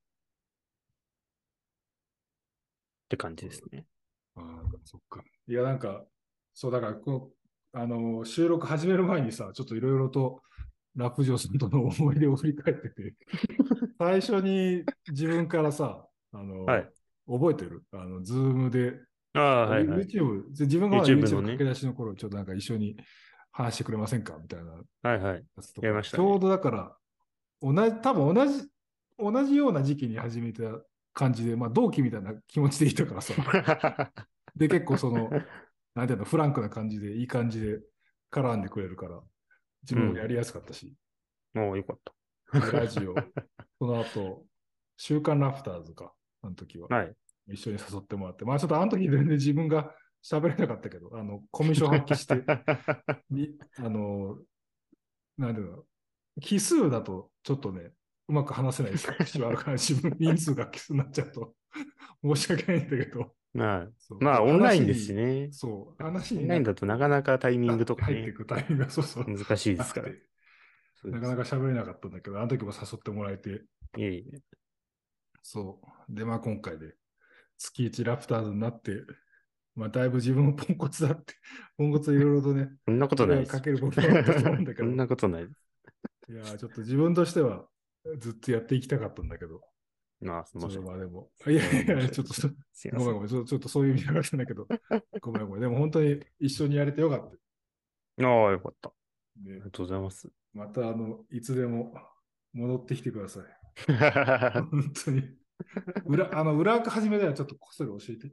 って感じですね。 ああ、そっか。いや、なんか、そう、だから収録始める前にさ、ちょっといろいろとラプジョーさんとの思い出を振り返ってて、最初に自分からさ、 はい。 覚えてるズームで、 ああ、はいはい。 YouTube、自分がまだ YouTube YouTube のね。 駆け出しの頃、ちょっとなんか一緒に話してくれませんかみたいなはいはい。 やつとやりまか、 したね。 ちょうどだから、多分同じような時期に始めた感じで、まあ同期みたいな気持ちでいたからさ、で、結構なんていうの、フランクな感じで、いい感じで絡んでくれるから、自うん。 分もやりやすかったし、 もうよかった。 で、ラジオ、その後、週刊ラフターズか、あの時は。 はい。 一緒に誘ってもらって、まあちょっとあの時全然自分が喋れなかったけど、コミュ障発揮して、に、なんていうの、奇数だとちょっとね、うまく話せない節はあるから、自分人数が奇数になっちゃうと申し訳ないんだけど、 まあ、 そう、 まあ、 こうオンラインですしね。 話にオンラインだとなかこう、 なかタイミングとかね、 入っていくタイミングが難しいですから。 なくて、なかなそうです。 か喋れなかったんだけど、あの時も誘ってもらえて、 いえいえ。 そう。で、まあ今回で月1ラプターズになって、まあだいぶ自分もポンコツだって、ポンコツいろいろとね、 そんなことないですよ。 迷惑かけることもあったと思うんだけど、 そんなことないです。 いやー、ちょっと自分としてはずっとやっていきたかったんだけど、 まあ、すみちょっません。 とまあでも、いやいやいや、 申し訳ないちょっとすいません。 ごめんごめん、ちょっとそういう意味じゃなかったんだけど、ごめんごめん。でも本当に一緒にやれてよかった。 ああ、よかった。ありね、 がとうございます。 またいつでも戻ってきてください。本当に。裏垢始めたらちょっとこっそり教えて。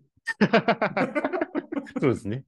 そうですね。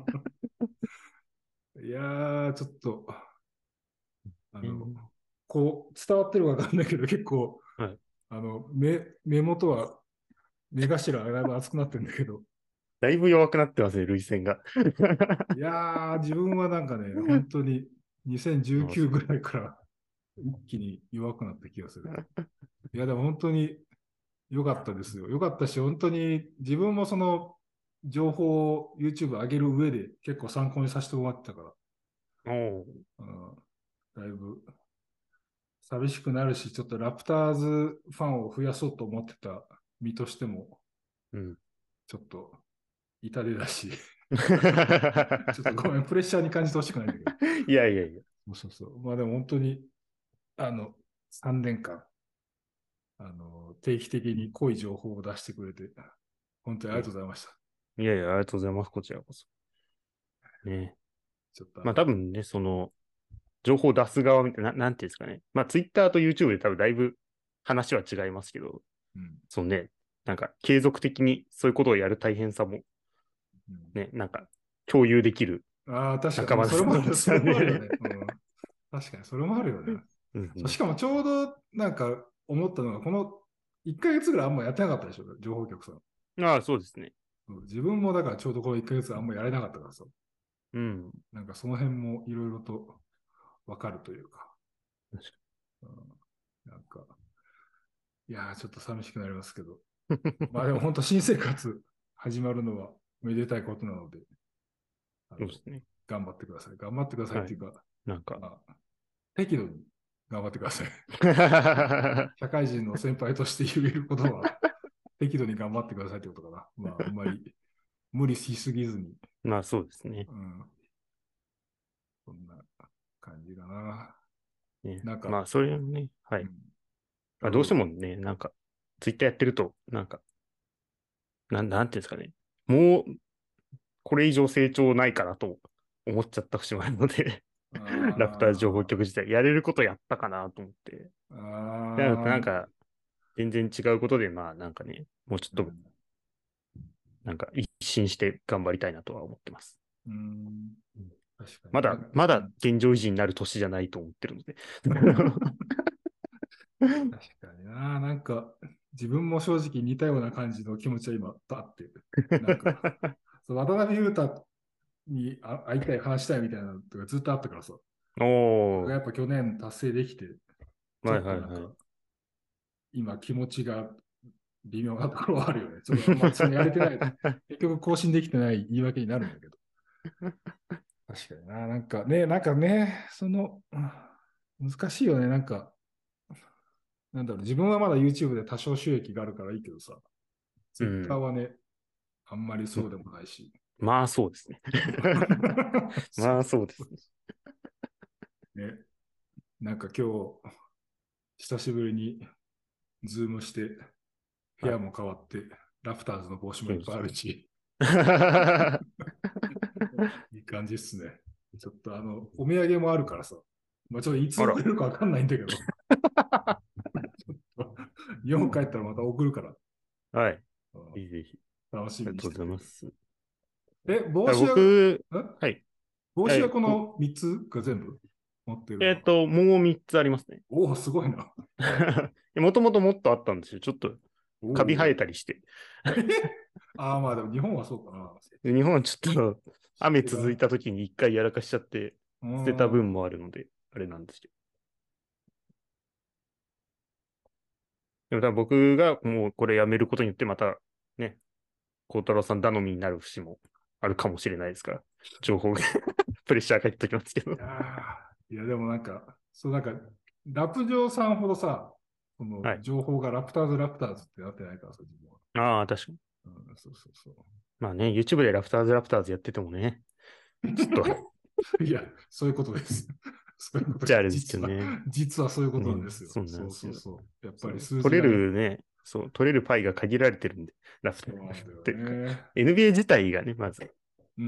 いやー、ちょっと、あの、 うん、 伝わってるかわかんないけど、結構、 はい。 目元は、目頭がだいぶ熱くなってるんだけど、 だいぶ弱くなってますね、涙腺が。 いやー、自分はなんかね、本当に2019ぐらいから一気に弱くなった気がする。いや、でも本当に良かったですよ。良かったし、本当に自分も情報を YouTube 上げる上で結構参考にさせてもらってたかおお、 ら、だいぶ寂しくなるし、ちょっとラプターズファンを増やそうと思ってた身としても、 うん。 ちょっと痛手だし、ちょっとごめん、プレッシャーに感じてほしくないんだけど。 いやいやいや。 そうそうそう。まあでも本当に、3年間、定期的に濃い情報を出してくれて、本当にありがとうございました。 いやいや、ありがとうございます。こちらこそ。ね。 ちょっとまあ多分ね、情報を出す側みたいな、なんていうんですかね。まあ Twitter と YouTube で多分だいぶ話は違いますけど、 うん、 そうね、なんか継続的にそういうことをやる大変さもうん、 ね、なんか共有できるああ、確かに、まあ、 仲間ですね。 それもあるよね。うん、確かに、それもあるよね。そう、しうんうん。 かもちょうどなんか思ったのが、この1ヶ月ぐらいあんまやってなかったでしょ、情報局さん。 ああ、そうですね。 自分もだからちょうどこの1ヶ月あんまやれなかったからさ、 うん。 なんかその辺もいろいろとわかるというか、 確かうん、なんか、いやー、ちょっと寂しくなりますけど、 に。 まあでも本当新生活始まるのはめでたいことなので、あの、 そうですね。 頑張ってください。頑張ってくださいっはい。 ていうか、 なんか。 まあ、適度に頑張ってください。社会人の先輩として言えることは、適度に頑張ってくださいってことかな。まあ、あんまり無理しすぎずに、 まあそうですね。 うん。そんな感じかな。 ねなんか、 まあそういうのね、はい。 うん。 まあ、どうしてどうぞ。 もね、なんか、ツイッターやってると、なんか、なんていうんですかね。もう、これ以上成長ないかなと思っちゃった節もあるのでラプターズ情報あ局自体、やれることやったかなと思って。 あ、 で、 ああ、 なんか、全然違うことで、まあなんかね、もうちょっと、 うん。 なんか一新して頑張りたいなとは思ってます。 うん、確かに。 まだ、まだうん。 現状維持になる年じゃないと思ってるので確かにな。なんか、自分も正直似たような感じの気持ちは今、あって。なんか、そう渡辺裕太に会いたい、話したいみたいなのがずっとあったからさ。それがおー、 やっぱ去年達成できて、ちょはいっとなんか、 はいはい。 今気持ちが微妙なところはあるよね。ちょっと、まあ、そのやれてない。結局更新できてない言い訳になるんだけど。確かにな。なんかね、難しいよね。なんか、なんだろう、自分はまだ YouTube で多少収益があるからいいけどさ、 う Twitter ん。 はね、あんまりそうでもないし。 まあそうですねそうまあそうそそうですね。 う。ね、なんか今日、久しぶりにズームして、部はい。 屋も変わって、ラプターズの帽子もいっぱいあそうですね。 るし、いい感じっすね。ちょっとお土産もあるからさ、まあ、ちょっといつあら。 送れるかわかんないんだけど、日本帰ったらまた送るから、 はい。 うん、 ぜひぜひ。 楽しみありがとうにしてて。 ございます。 帽子は、 僕、 んはい。 帽子はこはい。 の3つが全部持ってるの？ もう3つありますね。 おお、すごいな。 もともともっとあったんですよ。ちょっと、 おカビ生えお。 たりして。 ああ、まあでも日本はそうかな。 で日本はちょっと、雨湿気が。 続いた時に一回やらかしちゃって、 うー捨てた分ん。 もあるので、あれなんですけど。でも多分僕がもうこれやめることによって、また、ね、孝太郎さん頼みになる節もあるかもしれないですから、情報がプレッシャーかけておきますけど。 いやでもなんか、ラプ上さんほどさ、そのはい。 情報がラプターズってなってないからさ、自分は。 ああ、確かに。 うん、そうそうそう。 まあね、YouTube でラプターズやっててもね、ちょっといや、そういうことです。そういうことです。 じゃああれですけどね。 実はそういうことなんね、 ですよ。 そうなんそうですよ。 そうそう。やっぱりそう、取れ数字がね、 るね、そう、取れるパイが限られてるんで、ラフターそうなんだよというか、 ね。 NBA 自体がね、まずうん、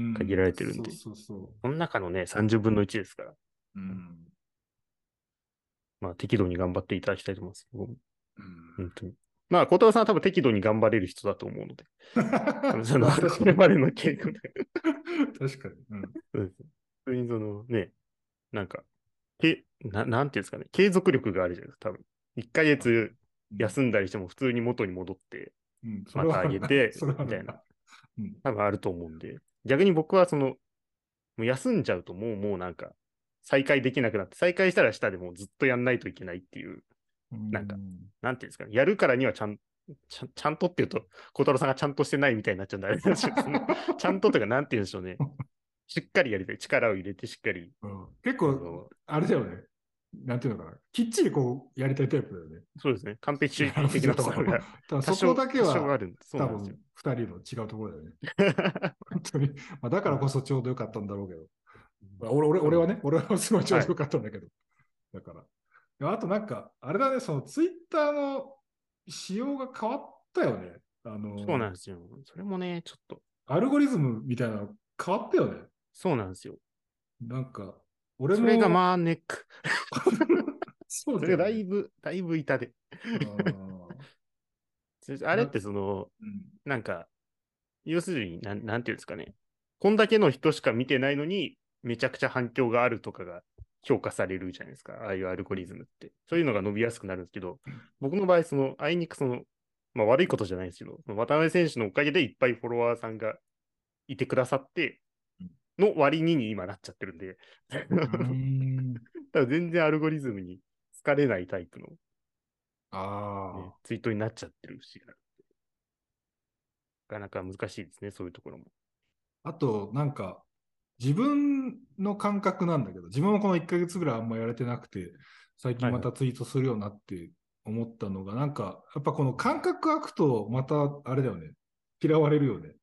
限られてるんそうで、 そうそこの中のね、30分の1ですから、 う。うん。 まあ適度に頑張っていただきたいと思います。僕もうん。 本当に。まあ、小太郎さんは多分適度に頑張れる人だと思うので、その、 まあ確かに。 これまでの経験で、 確かに。うん。 そうです。普通にそのね、なんか、なんていうんですかね、継続力があるじゃないですか、多分。1ヶあ、 月うん。 休んだりしても普通に元に戻って、 うん。そまた上れはあるな。 げて、 それはあみたいな、 るな。うん。 多分あると思うんで、逆に僕はその、もう休んじゃうともうなんか、再開できなくなって、再開したら下でもうずっとやんないといけないっていう、 うなんか、 ん。 なんていうんですかね、やるからにはちゃんとっていうと、小太郎さんがちゃんとしてないみたいになっちゃうんで、あれなんですけど、その、ちゃんとというか、なんていうんでしょうね、しっかりやりたい、力を入れてしっかり、 うん、結構、 あの、 あれだよね。なんていうのかな。きっちりこうやりたいタイプだよね。 そうですね、完璧主ラフ義的なと上さんは。 ころがただそこだけ多少あはるんで、そうなんですよ。 多分二人の違うところだよね。本当に。まあ、だからこそちょうどよかったんだろうけど。まあ、 多分、 俺はすごいちょうはい。 どよかったんだけど。だから。あとなんか、あれだね、そのツイッターの仕様が変わったよね。 そうなんですよ。それもね、ちょっと、 アルゴリズムみたいなの変わったよね。 そうなんですよ。 なんか、俺それがも、 まあネック。それがそうだよね。 だいぶ痛手。 あーあれっな、 てその、 うん。 なんか、要するに、なんていうんですかね。こんだけの人しか見てないのに、めちゃくちゃ反響があるとかが評価されるじゃないですか。ああいうアルゴリズムって。そういうのが伸びやすくなるんですけど、僕の場合、その、あいにくその、まあ悪いことじゃないですけど、その渡辺選手のおかげでいっぱいフォロワーさんがいてくださって、の割に今なっちゃってるんで、 うーん。 多分全然アルゴリズムに疲れないタイプの、ね、 あツイートになっちゃってる節がなかなか難しいですね、そういうところも。 あ。あと、なんか、自分の感覚なんだけど、自分もこの1ヶ月ぐらいあんまやれてなくて、最近はいはい。 またツイートするようになって思ったのが、なんか、やっぱこの感覚空くと、また、あれだよね。嫌われるよね。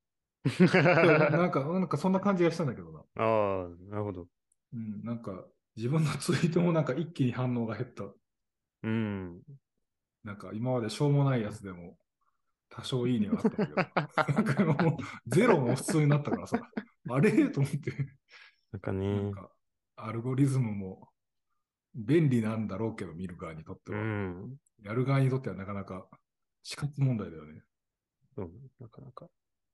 なんかそんな感じがしたんだけどな。 ああ、なるほど。 うん、なんか自分のツイートもなんか一気に反応が減った。 うん。 なんか今までしょうもないやつでも多少いいねはあったんだけど、なんかもうゼロも普通になったからさ、あれと思って、 なんかなんね、 かアルゴリズムも便利なんだろうけど、見る側にとってうは。 ん。 やる側にとってはなかなか死活問題だよね。 うん、なかなか。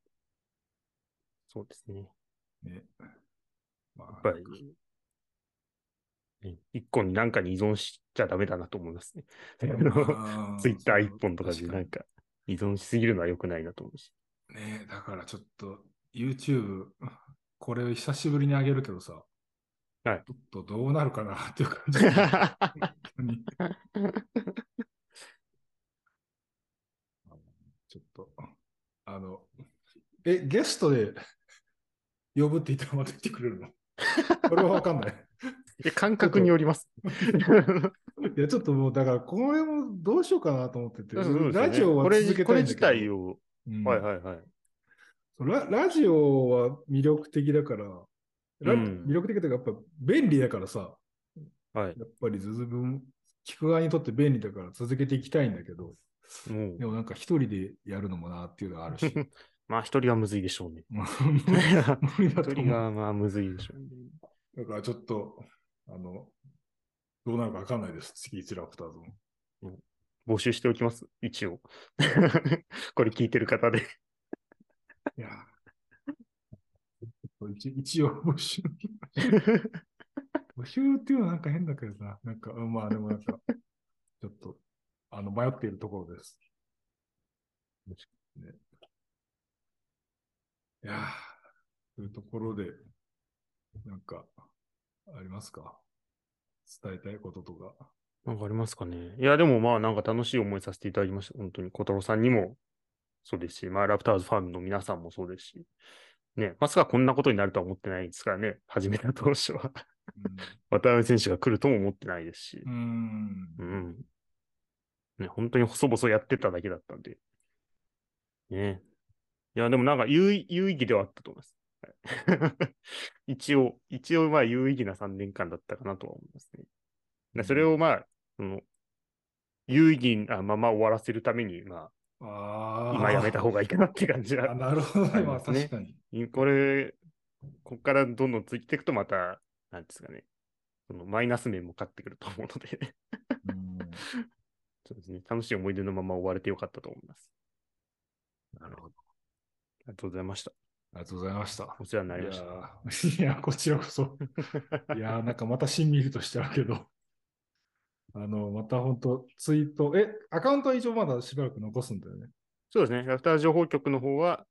そうですね。 ね。まあ、 やっぱり、ね、一個に何かに依存しちゃダメだなと思いますね。ツイッター一本とかでなんか依存しすぎるのは良くないなと思うし。 ね、だからちょっと YouTube、これを久しぶりに上げるけどさ、 はい。 ちょっとどうなるかなっていう感じだね。本当にちょっと、あの、ゲストで呼ぶって言ったらまた来てくれるの？これはわかんない。 感覚によります。 いや、ちょっともう、だから、これもどうしようかなと思ってて、 そうですよねラジオは続けこれ自たいんだけど、 体を、はいはいはい。 ラジオは魅力的だから、魅うん。 力的だから、やっぱ便利だからさ、 はい。 やっぱり自分、聞く側にとって便利だから続けていきたいんだけど、 もう。 でもなんか一人でやるのもなっていうのがあるし、 まあ一人はむずいでしょうね。 無理だと思う。 一人がまあむずいでしょうね。 だからちょっと、どうなるかわかんないです。月1ラプターズも。 募集しておきます。一応。これ聞いてる方で。 いや、一応募集。募集っていうのはなんか変だけどな。なんか、まあでもなんか、ちょっと、迷っているところです。ね、いやー、というところで、なんか、ありますか？伝えたいこととか。 なんかありますかね。いや、でもまあなんか楽しい思いさせていただきました。本当に小太郎さんにもそうですし、まあラプターズファンの皆さんもそうですし、ね、まさかこんなことになるとは思ってないですからね。始めた当初は。 うん。 渡辺選手が来るとも思ってないですし、 うーん。 うん。ね、本当に細々やってただけだったんで。ね。いや、でもなんか有意義ではあったと思います。一応まあ有意義な3年間だったかなとは思いますね。それをまあ、その有意義なまま終わらせるために、まあ、今やめた方がいいかなって感じはなるほどあね。まありますね。 確かに。 ここからどんどんついていくとまた、なんですかね、そのマイナス面も勝ってくると思うのでうん。 そうですね、楽しい思い出のまま終われてよかったと思います。 なるほど。 ありがとうございました。 ありがとうございました。 お世話になりました。 いや、こちらこそ。いや、なんかまたしんみりとしちゃうけど、また本当ツイート、アカウントは一応まだしばらく残すんだよね。 そうですね、ラフター情報局の方は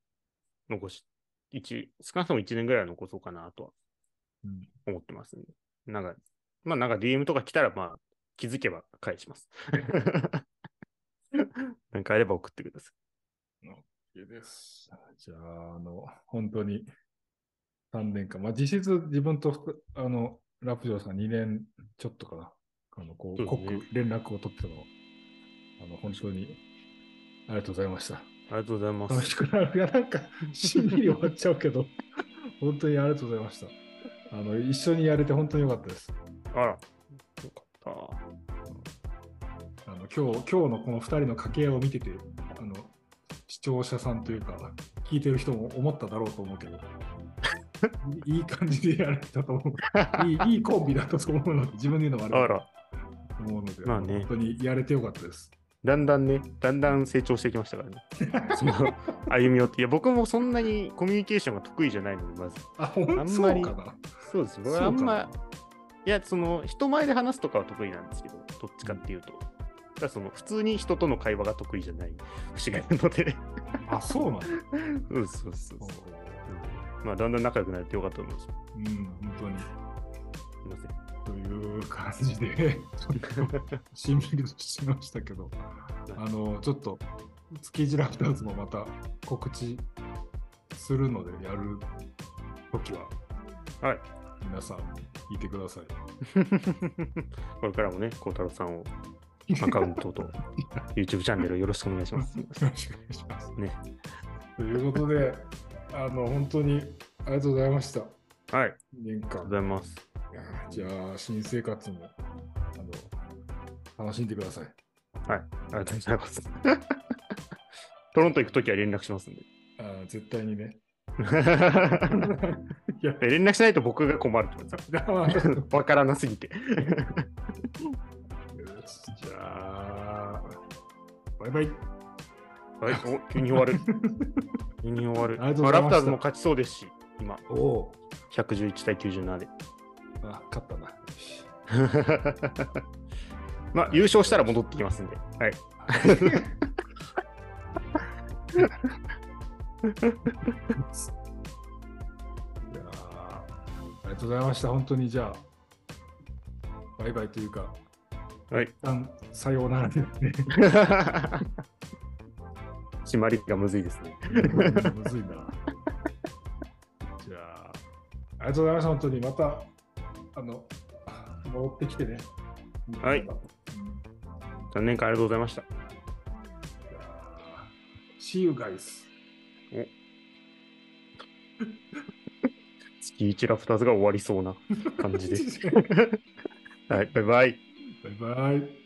少なくとも1年ぐらいは残そうかなとはうん。 思ってますね。まあなんか DM とか来たら、まあ気づけば返します。なんかあれば送ってください。 OK です。じゃあ、本当に3年間、まあ実質自分と、ラプジョーさん2年ちょっとかな。 そうですね。 濃く連絡を取ってたの、本当にありがとうございました。 ありがとうございます。 楽しくなる。いや、なんか、しんみり終わっちゃうけど、本当にありがとうございました。一緒にやれて本当に良かったです。 あら、よかった。 今日のこの2人の掛け合いを見てて、視聴者さんというか、聞いてる人も思っただろうと思うけど、いい感じでやれたと思う。いいコンビだったと思うので、自分で言うのもあれだと思うので、 まあね、 本当にやれてよかったです。 だんだん成長してきましたからね。その歩み寄って。いや、僕もそんなにコミュニケーションが得意じゃないので、まず。 あんまりそうかな。 そうです。僕はあんま、いや、人前で話すとかは得意なんですけど、どっちかっていうと。だから普通に人との会話が得意じゃない節がいるので。 あ、そうなんだ。 そう。まあ、だんだん仲良くなれてよかったと思います。 うん、本当に。 すみません。 という感じで、しんみりとしましたけど、ちょっと、築地ラプターズもまた告知するので、やるときは、 はい。 皆さん、聞いてください。 これからもね、孝太郎さんをアカウントと YouTube チャンネルよろしくお願いします。 よろしくお願いします。 ね。 ということで、 本当にありがとうございました。 はい。あり 2年がとう間。 ございます。 いやじゃあ、新生活も楽しんでください。 はい。ありがとうございます。トロント行くときは連絡しますんで。 絶対にね。いや、 連絡しないと僕が困ると思いますよ。わからなすぎて。 よしじゃあ、バイバイ。 はい、急に終わる。急に終わる。 ありがとうございましたラプターズも勝ちそうですし、今、 おお。 111対97で。 勝ったな。よしまあ、優勝したら戻ってきますんで。はい。 いやありがとうございました。本当にじゃあ、バイバイというか、 はい。 一旦さようならですね。 締まりがむずいですね。 むずいな。じゃあ、ありがとうございました。本当にまた、戻ってきてね。 はいうん 3年間ありがとうございました。 じゃあ See you guys. 月1ラプターズが終わりそうな感じで。はい、バイバイ。 バイバイ。